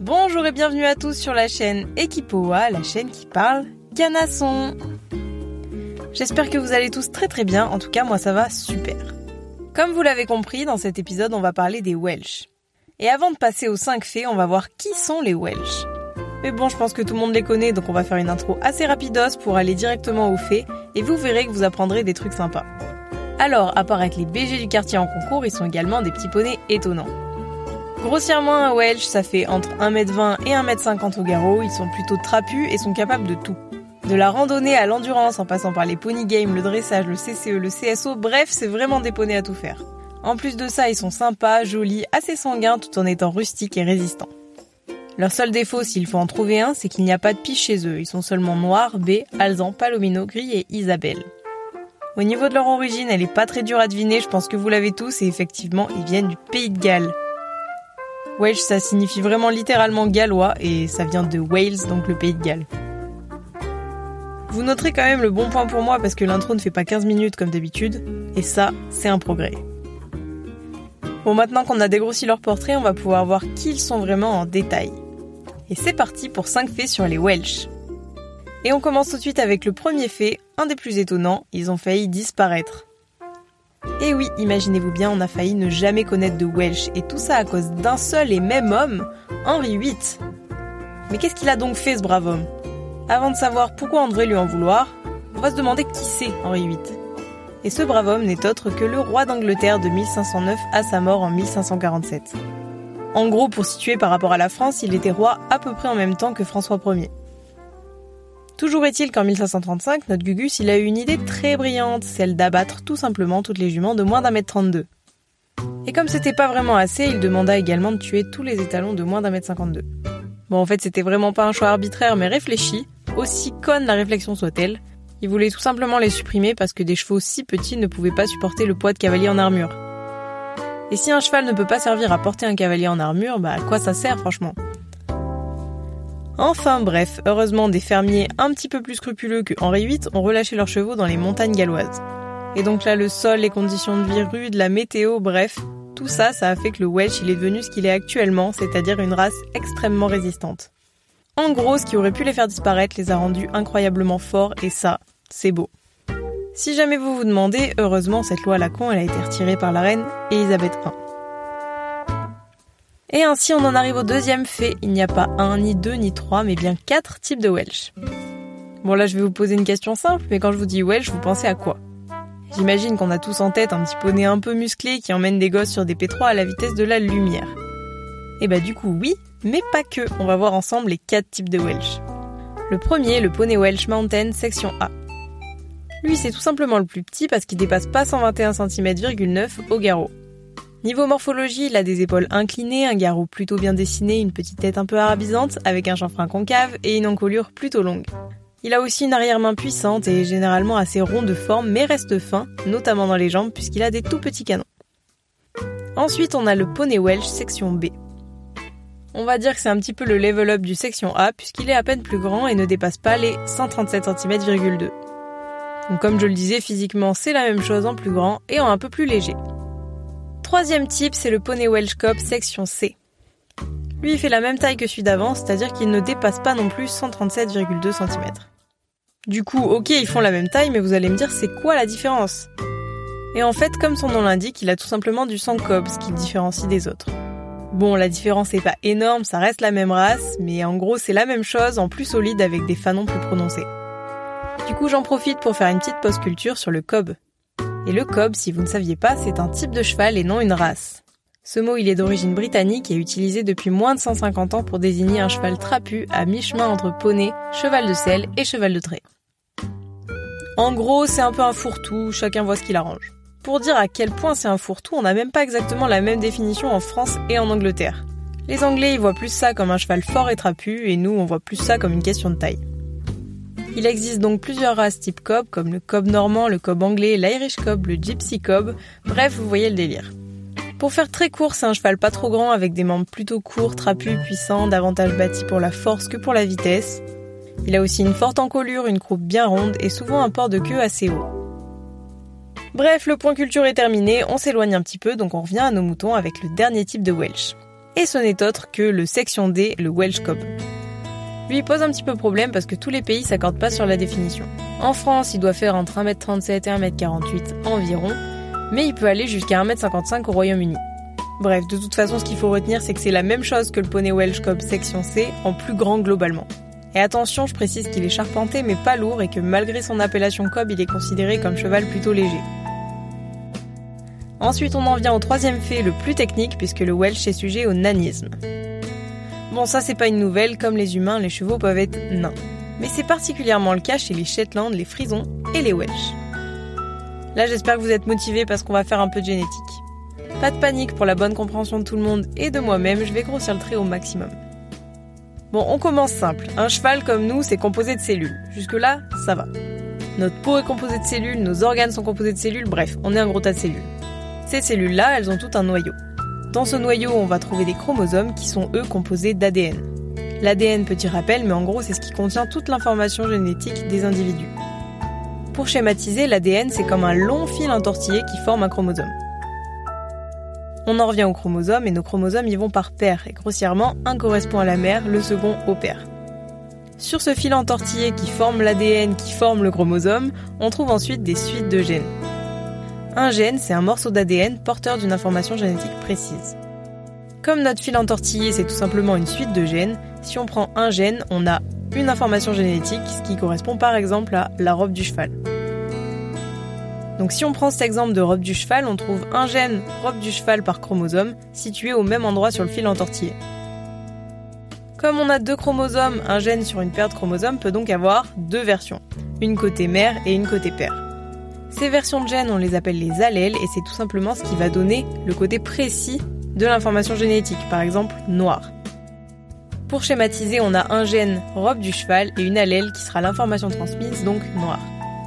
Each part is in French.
Bonjour et bienvenue à tous sur la chaîne Equipoa, la chaîne qui parle canasson. J'espère que vous allez tous très très bien, en tout cas moi ça va super. Comme vous l'avez compris, dans cet épisode on va parler des Welsh. Et avant de passer aux 5 faits, on va voir qui sont les Welsh. Mais bon, je pense que tout le monde les connaît, donc on va faire une intro assez rapidos pour aller directement aux faits, et vous verrez que vous apprendrez des trucs sympas. Alors, à part être les BG du quartier en concours, ils sont également des petits poneys étonnants. Grossièrement, un Welsh, ça fait entre 1m20 et 1m50 au garrot, ils sont plutôt trapus et sont capables de tout. De la randonnée à l'endurance, en passant par les pony games, le dressage, le CCE, le CSO, bref, c'est vraiment des poneys à tout faire. En plus de ça, ils sont sympas, jolis, assez sanguins, tout en étant rustiques et résistants. Leur seul défaut, s'il faut en trouver un, c'est qu'il n'y a pas de piche chez eux, ils sont seulement noirs, baies, alezans, palomino, gris et Isabelle. Au niveau de leur origine, elle est pas très dure à deviner, je pense que vous l'avez tous, et effectivement, ils viennent du Pays de Galles. Welsh, ça signifie vraiment littéralement gallois, et ça vient de Wales, donc le Pays de Galles. Vous noterez quand même le bon point pour moi, parce que l'intro ne fait pas 15 minutes comme d'habitude, et ça, c'est un progrès. Bon, maintenant qu'on a dégrossi leur portrait, on va pouvoir voir qui ils sont vraiment en détail. Et c'est parti pour 5 faits sur les Welsh. Et on commence tout de suite avec le premier fait, un des plus étonnants, ils ont failli disparaître. Et oui, imaginez-vous bien, on a failli ne jamais connaître de Welsh, et tout ça à cause d'un seul et même homme, Henri VIII. Mais qu'est-ce qu'il a donc fait ce brave homme ? Avant de savoir pourquoi on devrait lui en vouloir, on va se demander qui c'est Henri VIII. Et ce brave homme n'est autre que le roi d'Angleterre de 1509 à sa mort en 1547. En gros, pour situer par rapport à la France, il était roi à peu près en même temps que François Ier. Toujours est-il qu'en 1535, notre Gugus, il a eu une idée très brillante, celle d'abattre tout simplement toutes les juments de moins d'1m32. Et comme c'était pas vraiment assez, il demanda également de tuer tous les étalons de moins d'1m52. Bon, en fait, c'était vraiment pas un choix arbitraire, mais réfléchi, aussi conne la réflexion soit-elle. Il voulait tout simplement les supprimer parce que des chevaux si petits ne pouvaient pas supporter le poids de cavalier en armure. Et si un cheval ne peut pas servir à porter un cavalier en armure, bah à quoi ça sert franchement ? Enfin bref, heureusement des fermiers un petit peu plus scrupuleux que Henri VIII ont relâché leurs chevaux dans les montagnes galloises. Et donc là, le sol, les conditions de vie rudes, la météo, bref, tout ça, ça a fait que le Welsh il est devenu ce qu'il est actuellement, c'est-à-dire une race extrêmement résistante. En gros, ce qui aurait pu les faire disparaître les a rendus incroyablement forts, et ça, c'est beau. Si jamais vous vous demandez, heureusement cette loi à la con, elle a été retirée par la reine Élisabeth I. Et ainsi on en arrive au deuxième fait, il n'y a pas 1, ni 2, ni 3, mais bien 4 types de Welsh. Bon là je vais vous poser une question simple, mais quand je vous dis Welsh, vous pensez à quoi ? J'imagine qu'on a tous en tête un petit poney un peu musclé qui emmène des gosses sur des P3 à la vitesse de la lumière. Et bah du coup oui, mais pas que, on va voir ensemble les 4 types de Welsh. Le premier, le poney Welsh Mountain section A. Lui c'est tout simplement le plus petit parce qu'il dépasse pas 121 cm,9 au garrot. Niveau morphologie, il a des épaules inclinées, un garrot plutôt bien dessiné, une petite tête un peu arabisante, avec un chanfrein concave et une encolure plutôt longue. Il a aussi une arrière-main puissante et est généralement assez rond de forme mais reste fin, notamment dans les jambes puisqu'il a des tout petits canons. Ensuite, on a le poney Welsh section B. On va dire que c'est un petit peu le level up du section A puisqu'il est à peine plus grand et ne dépasse pas les 137 cm,2. Donc comme je le disais, physiquement c'est la même chose en plus grand et en un peu plus léger. Troisième type, c'est le poney Welsh Cob section C. Lui, il fait la même taille que celui d'avant, c'est-à-dire qu'il ne dépasse pas non plus 137,2 cm. Du coup, ok, ils font la même taille, mais vous allez me dire, c'est quoi la différence ? Et en fait, comme son nom l'indique, il a tout simplement du sang Cob, ce qui le différencie des autres. Bon, la différence est pas énorme, ça reste la même race, mais en gros, c'est la même chose, en plus solide avec des fanons plus prononcés. Du coup, j'en profite pour faire une petite pause culture sur le Cob. Et le Cob, si vous ne saviez pas, c'est un type de cheval et non une race. Ce mot, il est d'origine britannique et utilisé depuis moins de 150 ans pour désigner un cheval trapu à mi-chemin entre poney, cheval de selle et cheval de trait. En gros, c'est un peu un fourre-tout, chacun voit ce qu'il arrange. Pour dire à quel point c'est un fourre-tout, on n'a même pas exactement la même définition en France et en Angleterre. Les Anglais, ils voient plus ça comme un cheval fort et trapu, et nous, on voit plus ça comme une question de taille. Il existe donc plusieurs races type Cob, comme le Cob normand, le Cob anglais, l'Irish Cob, le Gypsy Cob, bref, vous voyez le délire. Pour faire très court, c'est un cheval pas trop grand, avec des membres plutôt courts, trapus, puissants, davantage bâtis pour la force que pour la vitesse. Il a aussi une forte encolure, une croupe bien ronde, et souvent un port de queue assez haut. Bref, le point culture est terminé, on s'éloigne un petit peu, donc on revient à nos moutons avec le dernier type de Welsh. Et ce n'est autre que le section D, le Welsh Cob. Lui il pose un petit peu problème parce que tous les pays s'accordent pas sur la définition. En France, il doit faire entre 1m37 et 1m48 environ, mais il peut aller jusqu'à 1m55 au Royaume-Uni. Bref, de toute façon, ce qu'il faut retenir, c'est que c'est la même chose que le poney Welsh Cob section C, en plus grand globalement. Et attention, je précise qu'il est charpenté mais pas lourd et que malgré son appellation Cob, il est considéré comme cheval plutôt léger. Ensuite, on en vient au troisième fait, le plus technique, puisque le Welsh est sujet au nanisme. Bon, ça c'est pas une nouvelle, comme les humains, les chevaux peuvent être nains. Mais c'est particulièrement le cas chez les Shetland, les Frisons et les Welsh. Là, j'espère que vous êtes motivés parce qu'on va faire un peu de génétique. Pas de panique pour la bonne compréhension de tout le monde et de moi-même, je vais grossir le trait au maximum. Bon, on commence simple. Un cheval comme nous, c'est composé de cellules. Jusque-là, ça va. Notre peau est composée de cellules, nos organes sont composés de cellules, bref, on est un gros tas de cellules. Ces cellules-là, elles ont tout un noyau. Dans ce noyau, on va trouver des chromosomes qui sont, eux, composés d'ADN. L'ADN, petit rappel, mais en gros, c'est ce qui contient toute l'information génétique des individus. Pour schématiser, l'ADN, c'est comme un long fil entortillé qui forme un chromosome. On en revient aux chromosomes, et nos chromosomes y vont par paire, et grossièrement, un correspond à la mère, le second au père. Sur ce fil entortillé qui forme l'ADN, qui forme le chromosome, on trouve ensuite des suites de gènes. Un gène, c'est un morceau d'ADN porteur d'une information génétique précise. Comme notre fil entortillé, c'est tout simplement une suite de gènes, si on prend un gène, on a une information génétique, ce qui correspond par exemple à la robe du cheval. Donc si on prend cet exemple de robe du cheval, on trouve un gène robe du cheval par chromosome, situé au même endroit sur le fil entortillé. Comme on a deux chromosomes, un gène sur une paire de chromosomes peut donc avoir deux versions, une côté mère et une côté père. Ces versions de gènes, on les appelle les allèles et c'est tout simplement ce qui va donner le côté précis de l'information génétique, par exemple noir. Pour schématiser, on a un gène robe du cheval et une allèle qui sera l'information transmise, donc noire.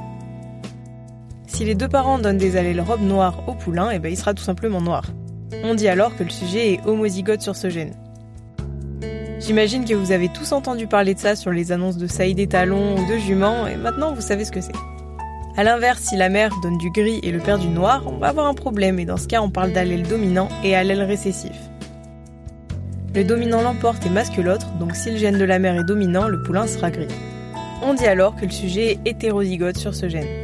Si les deux parents donnent des allèles robe noire au poulain, il sera tout simplement noir. On dit alors que le sujet est homozygote sur ce gène. J'imagine que vous avez tous entendu parler de ça sur les annonces de saillie des talons ou de juments et maintenant vous savez ce que c'est. A l'inverse, si la mère donne du gris et le père du noir, on va avoir un problème et dans ce cas on parle d'allèle dominant et allèle récessif. Le dominant l'emporte et masque l'autre, donc si le gène de la mère est dominant, le poulain sera gris. On dit alors que le sujet est hétérozygote sur ce gène.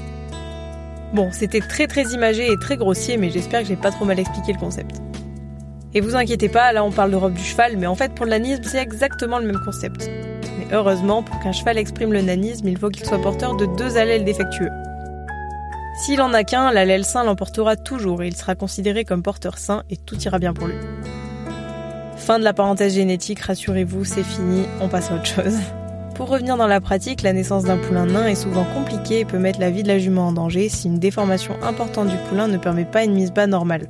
Bon, c'était très très imagé et très grossier, mais j'espère que j'ai pas trop mal expliqué le concept. Et vous inquiétez pas, là on parle de robe du cheval, mais en fait pour le nanisme c'est exactement le même concept. Mais heureusement, pour qu'un cheval exprime le nanisme, il faut qu'il soit porteur de deux allèles défectueux. S'il en a qu'un, l'allèle sain l'emportera toujours et il sera considéré comme porteur sain et tout ira bien pour lui. Fin de la parenthèse génétique, rassurez-vous, c'est fini, on passe à autre chose. Pour revenir dans la pratique, la naissance d'un poulain nain est souvent compliquée et peut mettre la vie de la jument en danger si une déformation importante du poulain ne permet pas une mise bas normale.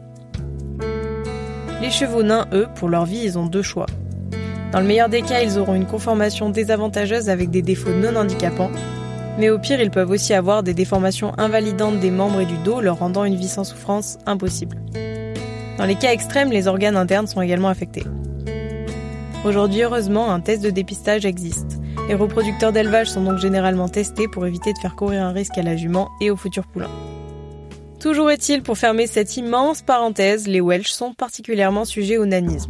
Les chevaux nains, eux, pour leur vie, ils ont deux choix. Dans le meilleur des cas, ils auront une conformation désavantageuse avec des défauts non handicapants, mais au pire, ils peuvent aussi avoir des déformations invalidantes des membres et du dos, leur rendant une vie sans souffrance impossible. Dans les cas extrêmes, les organes internes sont également affectés. Aujourd'hui, heureusement, un test de dépistage existe. Les reproducteurs d'élevage sont donc généralement testés pour éviter de faire courir un risque à la jument et au futur poulain. Toujours est-il, pour fermer cette immense parenthèse, les Welsh sont particulièrement sujets au nanisme.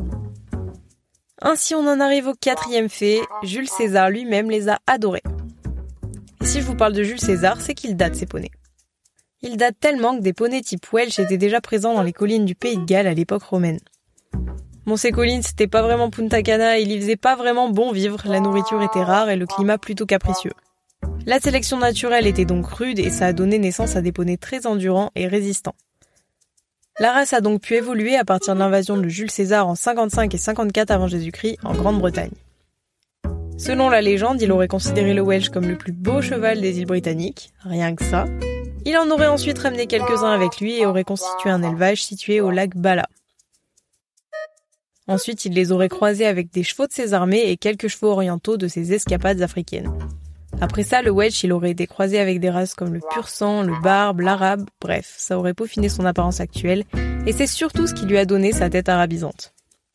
Ainsi, on en arrive au quatrième fait, Jules César lui-même les a adorés. Et si je vous parle de Jules César, c'est qu'il date ces poneys. Il date tellement que des poneys type Welsh étaient déjà présents dans les collines du Pays de Galles à l'époque romaine. Bon, ces collines, c'était pas vraiment Punta Cana, il y faisait pas vraiment bon vivre, la nourriture était rare et le climat plutôt capricieux. La sélection naturelle était donc rude et ça a donné naissance à des poneys très endurants et résistants. La race a donc pu évoluer à partir de l'invasion de Jules César en 55 et 54 avant Jésus-Christ en Grande-Bretagne. Selon la légende, il aurait considéré le Welsh comme le plus beau cheval des îles britanniques, rien que ça. Il en aurait ensuite ramené quelques-uns avec lui et aurait constitué un élevage situé au lac Bala. Ensuite, il les aurait croisés avec des chevaux de ses armées et quelques chevaux orientaux de ses escapades africaines. Après ça, le Welsh, il aurait été croisé avec des races comme le pur sang, le barbe, l'arabe, bref, ça aurait peaufiné son apparence actuelle, et c'est surtout ce qui lui a donné sa tête arabisante.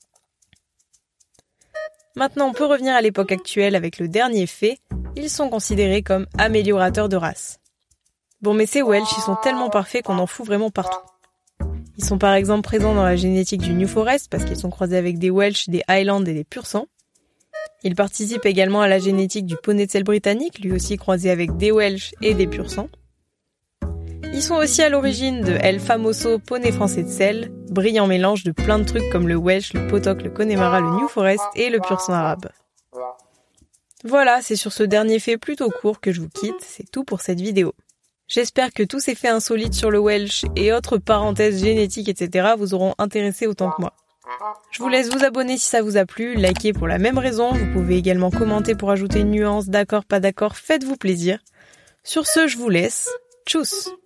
Maintenant, on peut revenir à l'époque actuelle avec le dernier fait, ils sont considérés comme améliorateurs de race. Bon, mais ces Welsh, ils sont tellement parfaits qu'on en fout vraiment partout. Ils sont par exemple présents dans la génétique du New Forest parce qu'ils sont croisés avec des Welsh, des Highlands et des Pur-sang. Ils participent également à la génétique du poney de sel britannique, lui aussi croisé avec des Welsh et des Pur-sang. Ils sont aussi à l'origine de El Famoso poney français de sel, brillant mélange de plein de trucs comme le Welsh, le Potoc, le Connemara, le New Forest et le Pur-sang arabe. Voilà, c'est sur ce dernier fait plutôt court que je vous quitte, c'est tout pour cette vidéo. J'espère que tous ces faits insolites sur le Welsh et autres parenthèses génétiques, etc. vous auront intéressé autant que moi. Je vous laisse vous abonner si ça vous a plu, liker pour la même raison, vous pouvez également commenter pour ajouter une nuance, d'accord, pas d'accord, faites-vous plaisir. Sur ce, je vous laisse. Tchuss!